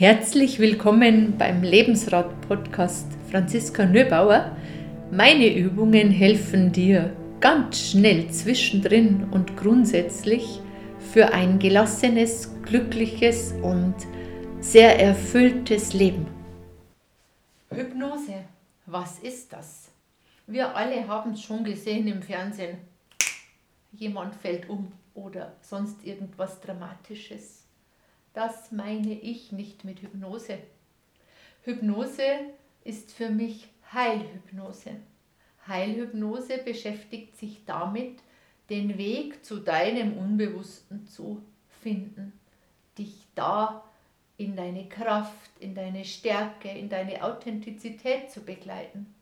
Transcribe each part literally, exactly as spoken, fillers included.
Herzlich willkommen beim Lebensrat-Podcast Franziska Nöbauer. Meine Übungen helfen dir ganz schnell zwischendrin und grundsätzlich für ein gelassenes, glückliches und sehr erfülltes Leben. Hypnose, was ist das? Wir alle haben es schon gesehen im Fernsehen. Jemand fällt um oder sonst irgendwas Dramatisches. Das meine ich nicht mit Hypnose. Hypnose ist für mich Heilhypnose. Heilhypnose beschäftigt sich damit, den Weg zu deinem Unbewussten zu finden, dich da in deine Kraft, in deine Stärke, in deine Authentizität zu begleiten.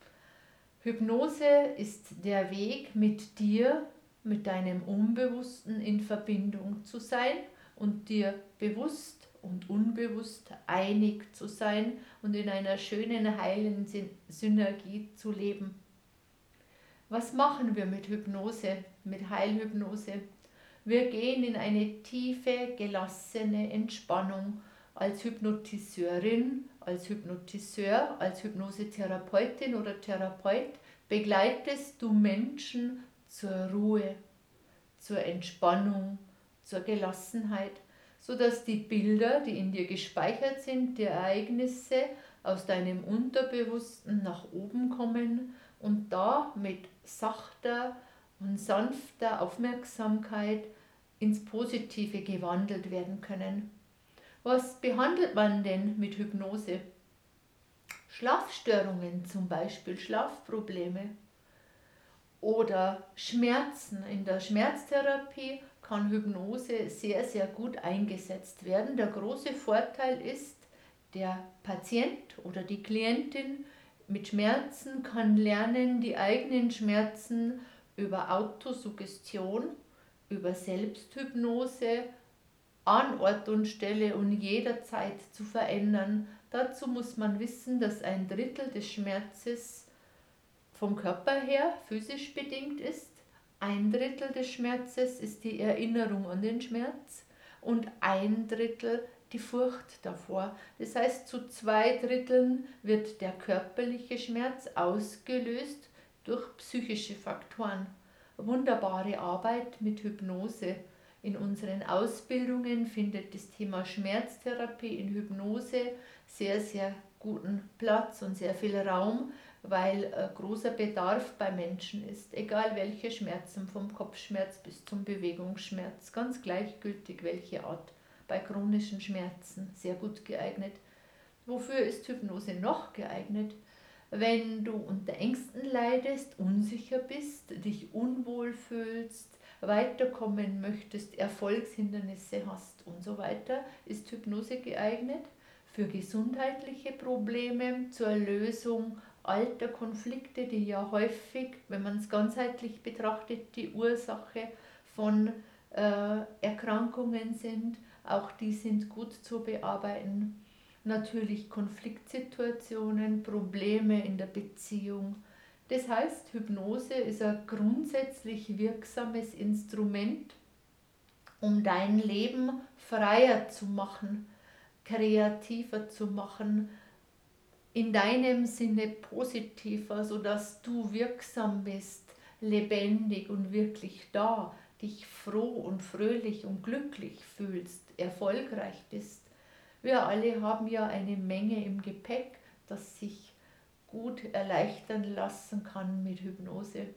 Hypnose ist der Weg, mit dir, mit deinem Unbewussten in Verbindung zu sein und dir bewusst und unbewusst einig zu sein und in einer schönen, heilen Synergie zu leben. Was machen wir mit Hypnose, mit Heilhypnose? Wir gehen in eine tiefe, gelassene Entspannung. Als Hypnotiseurin, als Hypnotiseur, als Hypnosetherapeutin oder Therapeut begleitest du Menschen zur Ruhe, zur Entspannung, zur Gelassenheit, sodass die Bilder, die in dir gespeichert sind, die Ereignisse aus deinem Unterbewussten nach oben kommen und da mit sachter und sanfter Aufmerksamkeit ins Positive gewandelt werden können. Was behandelt man denn mit Hypnose? Schlafstörungen zum Beispiel, Schlafprobleme oder Schmerzen. In der Schmerztherapie kann Hypnose sehr, sehr gut eingesetzt werden. Der große Vorteil ist, der Patient oder die Klientin mit Schmerzen kann lernen, die eigenen Schmerzen über Autosuggestion, über Selbsthypnose an Ort und Stelle und jederzeit zu verändern. Dazu muss man wissen, dass ein Drittel des Schmerzes vom Körper her physisch bedingt ist. Ein Drittel des Schmerzes ist die Erinnerung an den Schmerz und ein Drittel die Furcht davor. Das heißt, zu zwei Dritteln wird der körperliche Schmerz ausgelöst durch psychische Faktoren. Wunderbare Arbeit mit Hypnose. In unseren Ausbildungen findet das Thema Schmerztherapie in Hypnose sehr, sehr guten Platz und sehr viel Raum, weil äh, großer Bedarf bei Menschen ist, egal welche Schmerzen, vom Kopfschmerz bis zum Bewegungsschmerz, ganz gleichgültig welche Art, bei chronischen Schmerzen sehr gut geeignet. Wofür ist Hypnose noch geeignet? Wenn du unter Ängsten leidest, unsicher bist, dich unwohl fühlst, weiterkommen möchtest, Erfolgshindernisse hast und so weiter, ist Hypnose geeignet. Für gesundheitliche Probleme, zur Lösung alter Konflikte, die ja häufig, wenn man es ganzheitlich betrachtet, die Ursache von äh, Erkrankungen sind. Auch die sind gut zu bearbeiten. Natürlich Konfliktsituationen, Probleme in der Beziehung. Das heißt, Hypnose ist ein grundsätzlich wirksames Instrument, um dein Leben freier zu machen, kreativer zu machen, in deinem Sinne positiver, sodass du wirksam bist, lebendig und wirklich da, dich froh und fröhlich und glücklich fühlst, erfolgreich bist. Wir alle haben ja eine Menge im Gepäck, das sich gut erleichtern lassen kann mit Hypnose.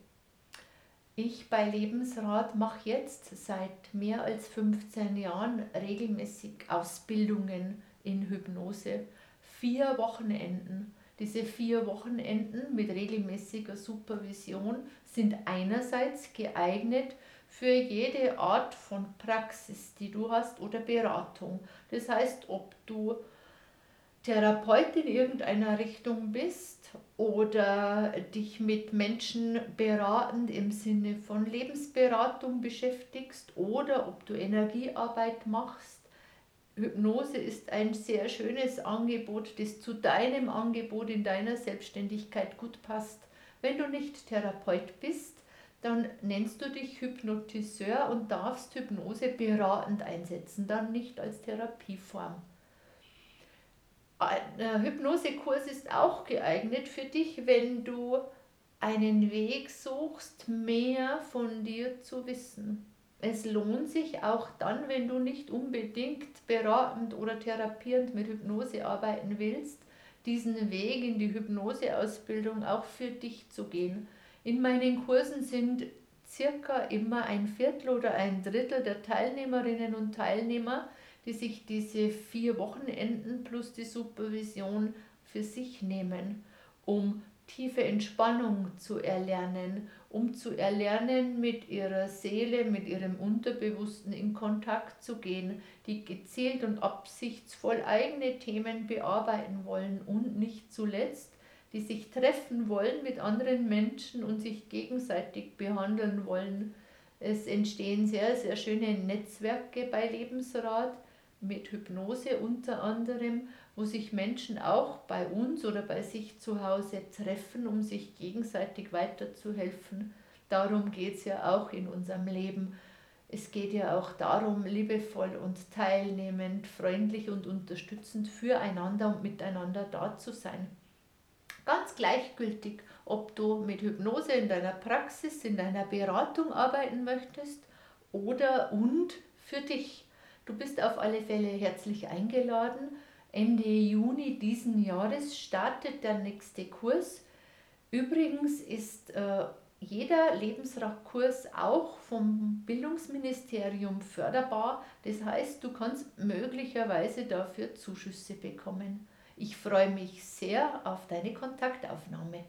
Ich bei Lebensrat mache jetzt seit mehr als fünfzehn Jahren regelmäßig Ausbildungen in Hypnose. Vier Wochenenden. Diese vier Wochenenden mit regelmäßiger Supervision sind einerseits geeignet für jede Art von Praxis, die du hast oder Beratung. Das heißt, ob du Therapeut in irgendeiner Richtung bist oder dich mit Menschen beratend im Sinne von Lebensberatung beschäftigst oder ob du Energiearbeit machst. Hypnose ist ein sehr schönes Angebot, das zu deinem Angebot in deiner Selbstständigkeit gut passt. Wenn du nicht Therapeut bist, dann nennst du dich Hypnotiseur und darfst Hypnose beratend einsetzen, dann nicht als Therapieform. äh, Hypnosekurs ist auch geeignet für dich, wenn du einen Weg suchst, mehr von dir zu wissen. Es lohnt sich auch dann, wenn du nicht unbedingt beratend oder therapierend mit Hypnose arbeiten willst, diesen Weg in die Hypnoseausbildung auch für dich zu gehen. In meinen Kursen sind circa immer ein Viertel oder ein Drittel der Teilnehmerinnen und Teilnehmer, die sich diese vier Wochenenden plus die Supervision für sich nehmen, um tiefe Entspannung zu erlernen, um zu erlernen, mit ihrer Seele, mit ihrem Unterbewussten in Kontakt zu gehen, die gezielt und absichtsvoll eigene Themen bearbeiten wollen und nicht zuletzt, die sich treffen wollen mit anderen Menschen und sich gegenseitig behandeln wollen. Es entstehen sehr, sehr schöne Netzwerke bei Lebensrat, mit Hypnose unter anderem, wo sich Menschen auch bei uns oder bei sich zu Hause treffen, um sich gegenseitig weiterzuhelfen. Darum geht es ja auch in unserem Leben. Es geht ja auch darum, liebevoll und teilnehmend, freundlich und unterstützend füreinander und miteinander da zu sein. Ganz gleichgültig, ob du mit Hypnose in deiner Praxis, in deiner Beratung arbeiten möchtest oder und für dich. Du bist auf alle Fälle herzlich eingeladen. Ende Juni diesen Jahres startet der nächste Kurs. Übrigens ist äh, jeder Lebensratkurs auch vom Bildungsministerium förderbar. Das heißt, du kannst möglicherweise dafür Zuschüsse bekommen. Ich freue mich sehr auf deine Kontaktaufnahme.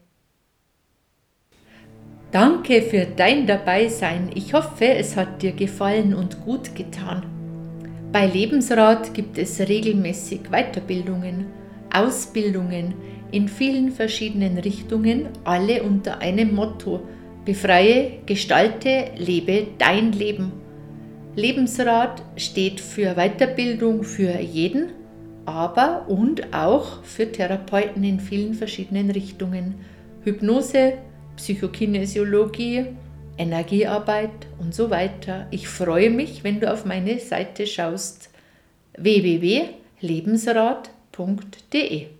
Danke für dein Dabeisein. Ich hoffe, es hat dir gefallen und gut getan. Bei Lebensrat gibt es regelmäßig Weiterbildungen, Ausbildungen in vielen verschiedenen Richtungen, alle unter einem Motto: Befreie, gestalte, lebe dein Leben. Lebensrat steht für Weiterbildung für jeden, aber und auch für Therapeuten in vielen verschiedenen Richtungen: Hypnose, Psychokinesiologie, Energiearbeit und so weiter. Ich freue mich, wenn du auf meine Seite schaust: w w w punkt lebensrat punkt d e.